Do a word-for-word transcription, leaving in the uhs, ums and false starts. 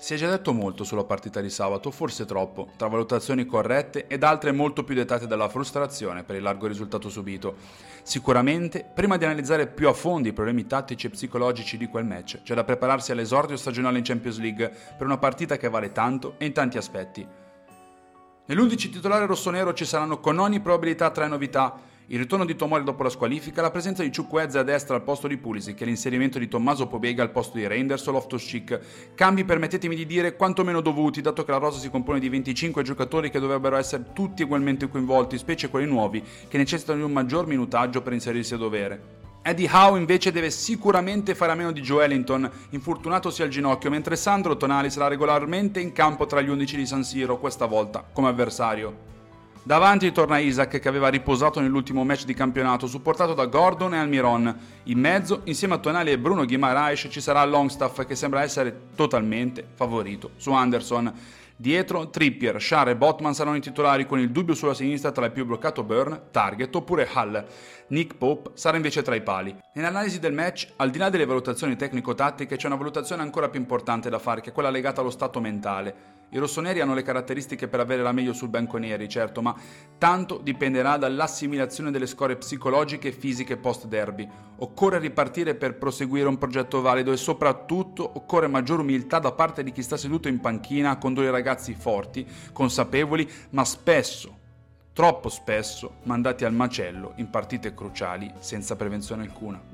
Si è già detto molto sulla partita di sabato, forse troppo, tra valutazioni corrette ed altre molto più dettate dalla frustrazione per il largo risultato subito. Sicuramente, prima di analizzare più a fondo i problemi tattici e psicologici di quel match, c'è da prepararsi all'esordio stagionale in Champions League per una partita che vale tanto e in tanti aspetti. Nell'undici titolare rossonero ci saranno con ogni probabilità tre novità: il ritorno di Tomori dopo la squalifica, la presenza di Chukwueze a destra al posto di Pulisic e l'inserimento di Tommaso Pobega al posto di Reinders o Loftus-Cheek. Cambi, permettetemi di dire, quantomeno dovuti, dato che la rosa si compone di venticinque giocatori che dovrebbero essere tutti ugualmente coinvolti, specie quelli nuovi, che necessitano di un maggior minutaggio per inserirsi a dovere. Eddie Howe invece deve sicuramente fare a meno di Joelinton, infortunatosi al ginocchio, mentre Sandro Tonali sarà regolarmente in campo tra gli undici di San Siro, questa volta come avversario. Davanti torna Isaac, che aveva riposato nell'ultimo match di campionato, supportato da Gordon e Almiron. In mezzo, insieme a Tonali e Bruno Guimaraes, ci sarà Longstaff, che sembra essere totalmente favorito su Anderson. Dietro, Trippier, Schär e Botman saranno i titolari, con il dubbio sulla sinistra tra il più bloccato Burn, Target oppure Hull. Nick Pope sarà invece tra i pali. Nell'analisi del match, al di là delle valutazioni tecnico-tattiche, c'è una valutazione ancora più importante da fare, che è quella legata allo stato mentale. I rossoneri hanno le caratteristiche per avere la meglio sul bianconeri, certo, ma tanto dipenderà dall'assimilazione delle scorie psicologiche e fisiche post-derby. Occorre ripartire per proseguire un progetto valido e soprattutto occorre maggiore umiltà da parte di chi sta seduto in panchina a condurre i ragazzi forti, consapevoli, ma spesso, troppo spesso, mandati al macello in partite cruciali senza prevenzione alcuna.